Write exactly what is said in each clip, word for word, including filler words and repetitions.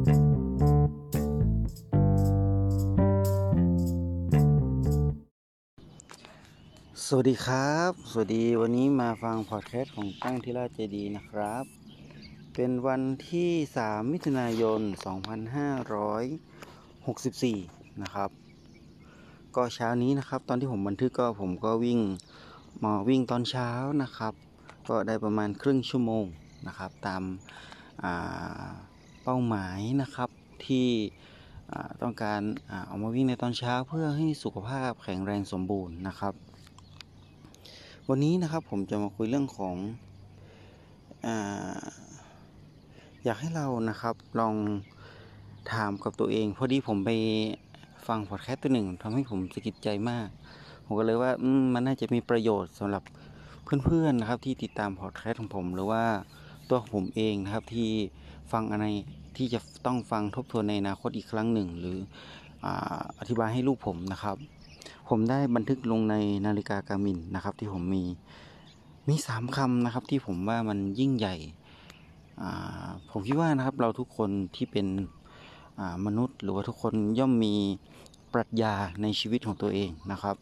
สวัสดีครับสวัสดีวันนี้มาฟังพอดแคสต์ของตั้งธิราชเจดีย์นะครับเป็นวันที่สามมิถุนายนสองพันห้าร้อยหกสิบสี่นะครับก็เช้านี้นะครับตอนที่ผมบันทึกก็ผมก็วิ่งมาวิ่งตอนเช้านะครับก็ได้ประมาณครึ่งชั่วโมงนะครับตามเป้าหมายนะครับที่ต้องการเอามาวิ่งในตอนเช้าเพื่อให้สุขภาพแข็งแรงสมบูรณ์นะครับวันนี้นะครับผมจะมาคุยเรื่องของอ่าอยากให้เรานะครับลองถามกับตัวเองพอดีผมไปฟังพอดแคสต์ตัวหนึ่งทำให้ผมสะกิดใจมากผมก็เลยว่ามันน่าจะมีประโยชน์สำหรับเพื่อนๆนะครับที่ติดตามพอดแคสต์ของผมหรือว่าตัวผมเองนะครับที่ฟังอะไรที่จะต้องฟังทบทวนในอนาคตอีกครั้งหนึ่งหรืออ่าอธิบายให้ลูกผมนะครับผมได้บันทึกลงในนาฬิกาการ์มินนะครับที่ผมมีมีสามคำนะครับที่ผมว่ามันยิ่งใหญ่ผมคิดว่านะครับเราทุกคนที่เป็นมนุษย์หรือว่าทุกคนย่อมมีปรัชญาในชีวิตของตัวเองนะครับ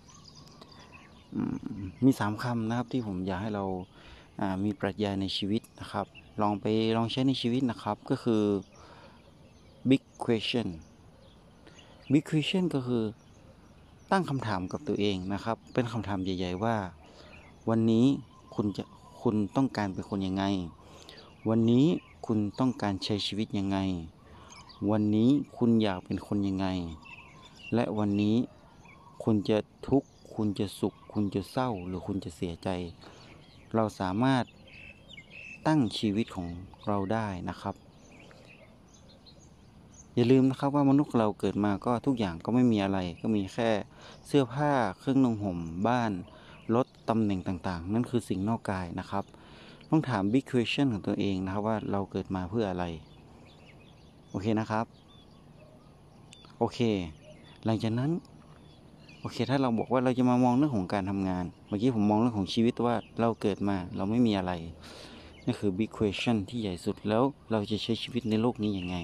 มีสามคำนะครับที่ผมอยากให้เรามีปรัชญาในชีวิตนะครับลองไปลองใช้ในชีวิตนะครับก็คือ big question big question ก็คือตั้งคำถามกับตัวเองนะครับเป็นคำถามใหญ่ๆว่าวันนี้คุณจะคุณต้องการเป็นคนยังไงวันนี้คุณต้องการใช้ชีวิตยังไงวันนี้คุณอยากเป็นคนยังไงและวันนี้คุณจะทุกข์คุณจะสุขคุณจะเศร้าหรือคุณจะเสียใจเราสามารถตั้งชีวิตของเราได้นะครับอย่าลืมนะครับว่ามนุษย์เราเกิดมาก็ทุกอย่างก็ไม่มีอะไรก็มีแค่เสื้อผ้าเครื่องนุ่งห่มบ้านรถตำแหน่งต่างๆนั่นคือสิ่งนอกกายนะครับต้องถาม big question ของตัวเองนะครับว่าเราเกิดมาเพื่ออะไรโอเคนะครับโอเคหลังจากนั้นโอเคถ้าเราบอกว่าเราจะมามองเรื่องของการทำงานเมื่อกี้ผมมองเรื่องของชีวิตว่าเราเกิดมาเราไม่มีอะไรนั่นคือ big question ที่ใหญ่สุดแล้วเราจะใช้ชีวิตในโลกนี้ยังไง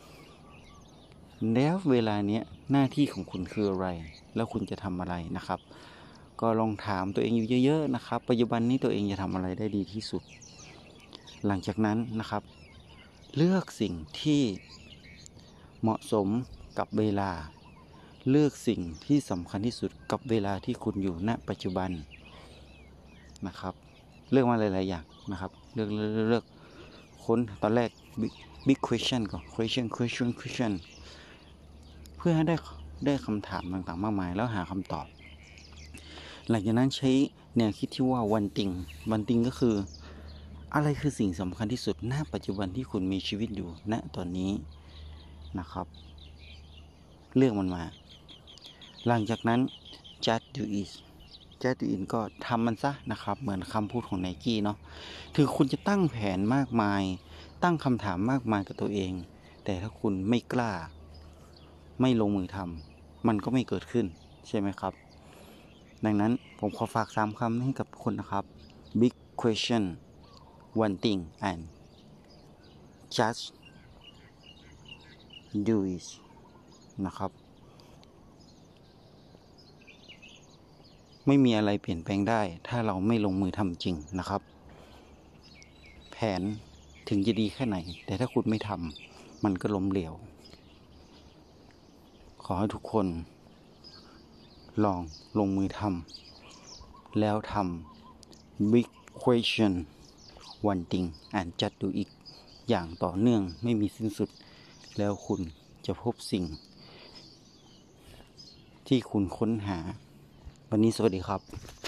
แล้วเวลาเนี้ยหน้าที่ของคุณคืออะไรแล้วคุณจะทำอะไรนะครับก็ลองถามตัวเองอยู่เยอะๆนะครับปัจจุบันนี้ตัวเองจะทำอะไรได้ดีที่สุดหลังจากนั้นนะครับเลือกสิ่งที่เหมาะสมกับเวลาเลือกสิ่งที่สำคัญที่สุดกับเวลาที่คุณอยู่ณปัจจุบันนะครับเลือกมาหลายๆอย่างนะครับเลือกเลือกเลือกค้นตอนแรก big big question ก่อน question question questionเพื่อให้ได้ได้คำถามต่างๆมากมายแล้วหาคำตอบหลังจากนั้นใช้แนวคิดที่ว่า one thing one thing ก็คืออะไรคือสิ่งสำคัญที่สุดณปัจจุบันที่คุณมีชีวิตอยู่ณตอนนี้นะครับเลือกมันมาหลังจากนั้น just do it just do it ก็ทำมันซะนะครับเหมือนคำพูดของ Nike เนาะถึงคุณจะตั้งแผนมากมายตั้งคำถามมากมายกับตัวเองแต่ถ้าคุณไม่กล้าไม่ลงมือทำมันก็ไม่เกิดขึ้นใช่ไหมครับดังนั้นผมขอฝากสามคำให้กับคุณนะครับ big question one thing and just do it นะครับไม่มีอะไรเปลี่ยนแปลงได้ถ้าเราไม่ลงมือทำจริงนะครับแผนถึงจะดีแค่ไหนแต่ถ้าคุณไม่ทำมันก็ล้มเหลวขอให้ทุกคนลองลงมือทำแล้วทำ big question one thing and just do it อย่างต่อเนื่องไม่มีสิ้นสุดแล้วคุณจะพบสิ่งที่คุณค้นหาวันนี้สวัสดีครับ